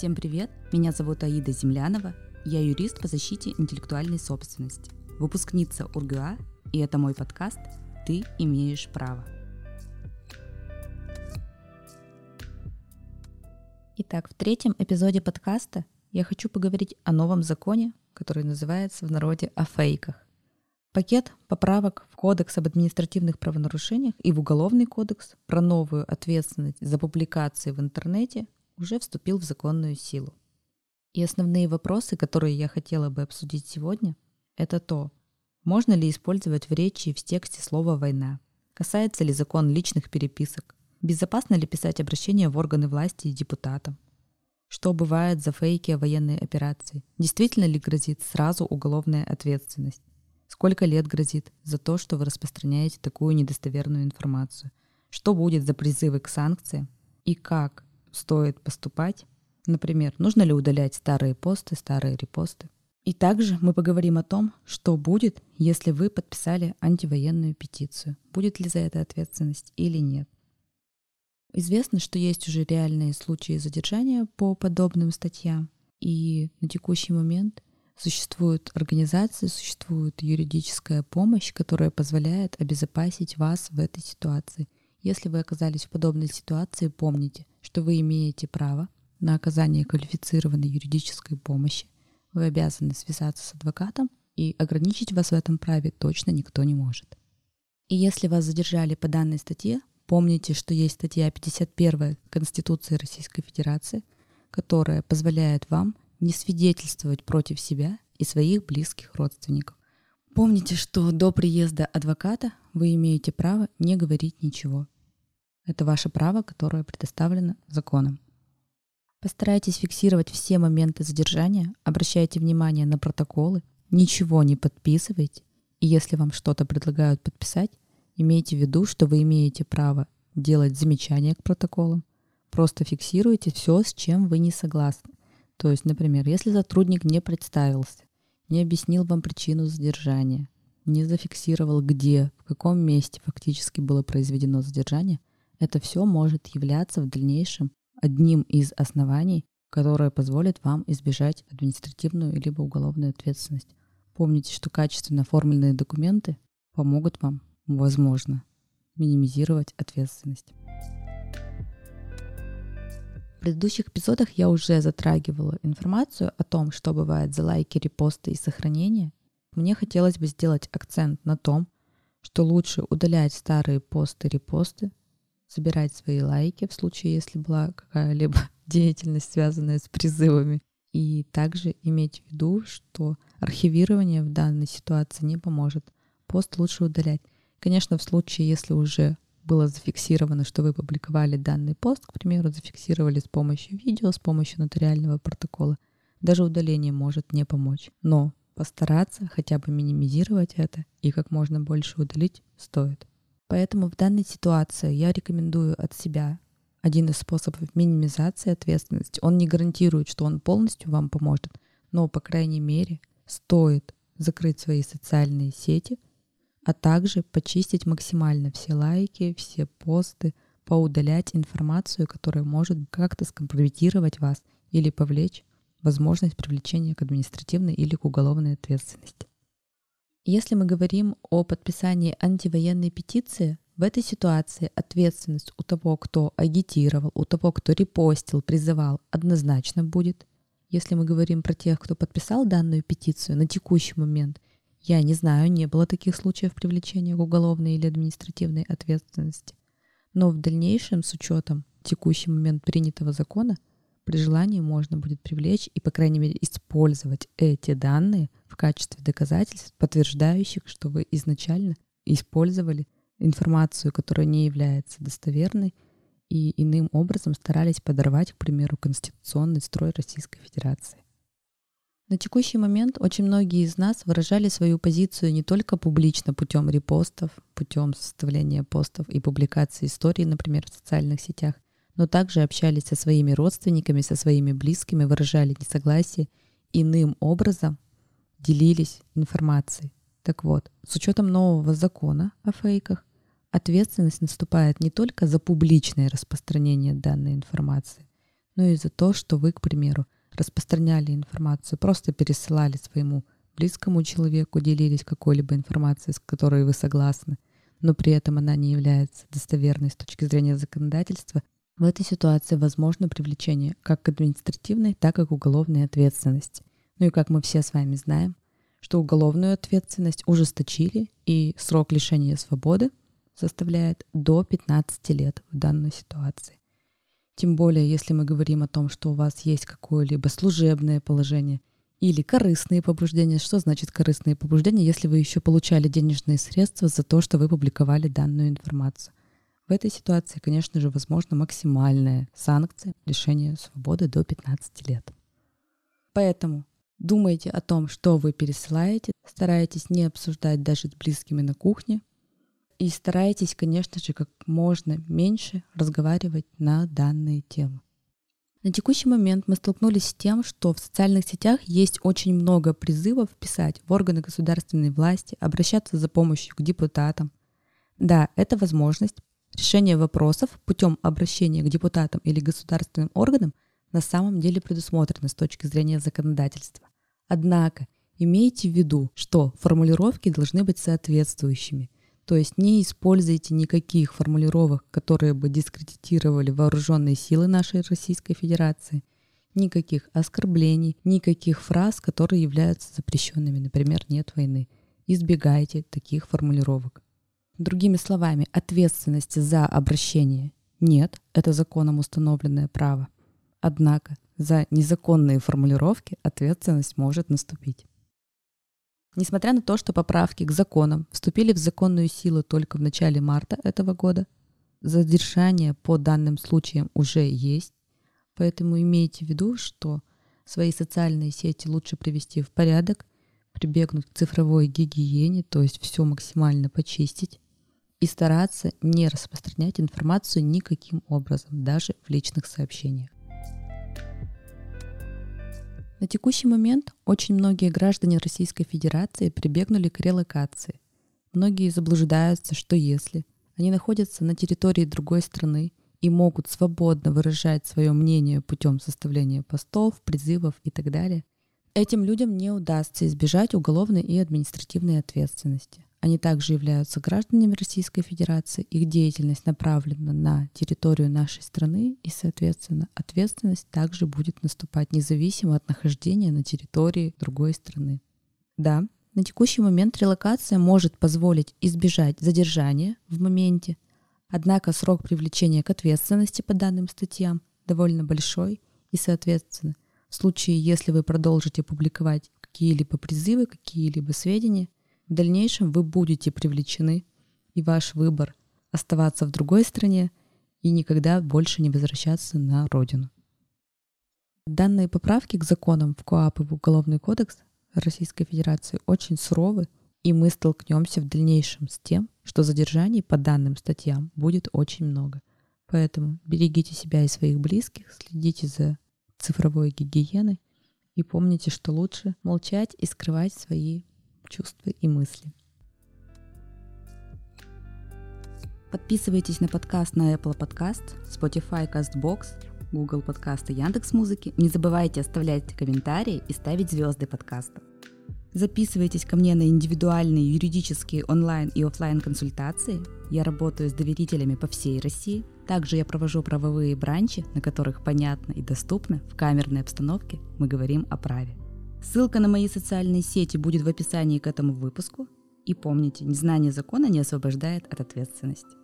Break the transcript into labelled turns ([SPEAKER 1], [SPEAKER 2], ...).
[SPEAKER 1] Всем привет! Меня зовут Аида Землянова, я юрист по защите интеллектуальной собственности, выпускница УрГУА, и это мой подкаст «Ты имеешь право». Итак, в третьем эпизоде подкаста я хочу поговорить о новом законе, который называется в народе о фейках. Пакет поправок в Кодекс об административных правонарушениях и в Уголовный кодекс про новую ответственность за публикации в интернете уже вступил в законную силу. И основные вопросы, которые я хотела бы обсудить сегодня, это то, можно ли использовать в речи и в тексте слово «война», касается ли закон личных переписок, безопасно ли писать обращения в органы власти и депутатам, что бывает за фейки о военной операции, действительно ли грозит сразу уголовная ответственность, сколько лет грозит за то, что вы распространяете такую недостоверную информацию, что будет за призывы к санкциям и как стоит поступать. Например, нужно ли удалять старые посты, старые репосты. И также мы поговорим о том, что будет, если вы подписали антивоенную петицию. Будет ли за это ответственность или нет. Известно, что есть уже реальные случаи задержания по подобным статьям. И на текущий момент существуют организации, существует юридическая помощь, которая позволяет обезопасить вас в этой ситуации. Если вы оказались в подобной ситуации, помните, что вы имеете право на оказание квалифицированной юридической помощи. Вы обязаны связаться с адвокатом, и ограничить вас в этом праве точно никто не может. И если вас задержали по данной статье, помните, что есть статья 51 Конституции Российской Федерации, которая позволяет вам не свидетельствовать против себя и своих близких родственников. Помните, что до приезда адвоката вы имеете право не говорить ничего. Это ваше право, которое предоставлено законом. Постарайтесь фиксировать все моменты задержания, обращайте внимание на протоколы, ничего не подписывайте, и если вам что-то предлагают подписать, имейте в виду, что вы имеете право делать замечания к протоколам, просто фиксируйте все, с чем вы не согласны. То есть, например, если сотрудник не представился, не объяснил вам причину задержания, не зафиксировал, где, в каком месте фактически было произведено задержание, это все может являться в дальнейшем одним из оснований, которое позволит вам избежать административную либо уголовную ответственность. Помните, что качественно оформленные документы помогут вам, возможно, минимизировать ответственность. В предыдущих эпизодах я уже затрагивала информацию о том, что бывает за лайки, репосты и сохранения. Мне хотелось бы сделать акцент на том, что лучше удалять старые посты, репосты, собирать свои лайки в случае, если была какая-либо деятельность, связанная с призывами. И также иметь в виду, что архивирование в данной ситуации не поможет. Пост лучше удалять. Конечно, в случае, если уже было зафиксировано, что вы публиковали данный пост, к примеру, зафиксировали с помощью видео, с помощью нотариального протокола, даже удаление может не помочь. Но постараться хотя бы минимизировать это и как можно больше удалить стоит. Поэтому в данной ситуации я рекомендую от себя один из способов минимизации ответственности. Он не гарантирует, что он полностью вам поможет, но, по крайней мере, стоит закрыть свои социальные сети, а также почистить максимально все лайки, все посты, поудалять информацию, которая может как-то скомпрометировать вас или повлечь возможность привлечения к административной или к уголовной ответственности. Если мы говорим о подписании антивоенной петиции, в этой ситуации ответственность у того, кто агитировал, у того, кто репостил, призывал, однозначно будет. Если мы говорим про тех, кто подписал данную петицию на текущий момент, я не знаю, не было таких случаев привлечения к уголовной или административной ответственности. Но в дальнейшем, с учетом текущий момент принятого закона, при желании можно будет привлечь и, по крайней мере, использовать эти данные в качестве доказательств, подтверждающих, что вы изначально использовали информацию, которая не является достоверной, и иным образом старались подорвать, к примеру, конституционный строй Российской Федерации. На текущий момент очень многие из нас выражали свою позицию не только публично путем репостов, путем составления постов и публикации историй, например, в социальных сетях, но также общались со своими родственниками, со своими близкими, выражали несогласие, иным образом делились информацией. Так вот, с учетом нового закона о фейках, ответственность наступает не только за публичное распространение данной информации, но и за то, что вы, к примеру, распространяли информацию, просто пересылали своему близкому человеку, делились какой-либо информацией, с которой вы согласны, но при этом она не является достоверной с точки зрения законодательства, в этой ситуации возможно привлечение как к административной, так и к уголовной ответственности. Ну и как мы все с вами знаем, что уголовную ответственность ужесточили, и срок лишения свободы составляет до 15 лет в данной ситуации. Тем более, если мы говорим о том, что у вас есть какое-либо служебное положение или корыстные побуждения. Что значит корыстные побуждения, если вы еще получали денежные средства за то, что вы публиковали данную информацию? В этой ситуации, конечно же, возможна максимальная санкция лишения свободы до 15 лет. Поэтому думайте о том, что вы пересылаете, старайтесь не обсуждать даже с близкими на кухне и старайтесь, конечно же, как можно меньше разговаривать на данные темы. На текущий момент мы столкнулись с тем, что в социальных сетях есть очень много призывов писать в органы государственной власти, обращаться за помощью к депутатам. Да, это возможность. Решение вопросов путем обращения к депутатам или государственным органам на самом деле предусмотрено с точки зрения законодательства. Однако имейте в виду, что формулировки должны быть соответствующими. То есть не используйте никаких формулировок, которые бы дискредитировали вооруженные силы нашей Российской Федерации, никаких оскорблений, никаких фраз, которые являются запрещенными, например, «нет войны». Избегайте таких формулировок. Другими словами, ответственности за обращение нет, это законом установленное право. Однако за незаконные формулировки ответственность может наступить. Несмотря на то, что поправки к законам вступили в законную силу только в начале марта этого года, задержание по данным случаям уже есть, поэтому имейте в виду, что свои социальные сети лучше привести в порядок, прибегнуть к цифровой гигиене, то есть все максимально почистить, и стараться не распространять информацию никаким образом, даже в личных сообщениях. На текущий момент очень многие граждане Российской Федерации прибегнули к релокации. Многие заблуждаются, что если они находятся на территории другой страны и могут свободно выражать свое мнение путем составления постов, призывов и так далее, этим людям не удастся избежать уголовной и административной ответственности. Они также являются гражданами Российской Федерации, их деятельность направлена на территорию нашей страны, и, соответственно, ответственность также будет наступать независимо от нахождения на территории другой страны. Да, на текущий момент релокация может позволить избежать задержания в моменте, однако срок привлечения к ответственности по данным статьям довольно большой, и, соответственно, в случае, если вы продолжите публиковать какие-либо призывы, какие-либо сведения, в дальнейшем вы будете привлечены, и ваш выбор оставаться в другой стране и никогда больше не возвращаться на родину. Данные поправки к законам в КоАП и в Уголовный кодекс Российской Федерации очень суровы, и мы столкнемся в дальнейшем с тем, что задержаний по данным статьям будет очень много. Поэтому берегите себя и своих близких, следите за цифровой гигиеной и помните, что лучше молчать и скрывать свои чувства и мысли. Подписывайтесь на подкаст на Apple Podcast, Spotify, CastBox, Google Подкасты, Яндекс.Музыки. Не забывайте оставлять комментарии и ставить звезды подкаста. Записывайтесь ко мне на индивидуальные юридические онлайн и офлайн консультации. Я работаю с доверителями по всей России. Также я провожу правовые бранчи, на которых понятно и доступно в камерной обстановке мы говорим о праве. Ссылка на мои социальные сети будет в описании к этому выпуску. И помните, незнание закона не освобождает от ответственности.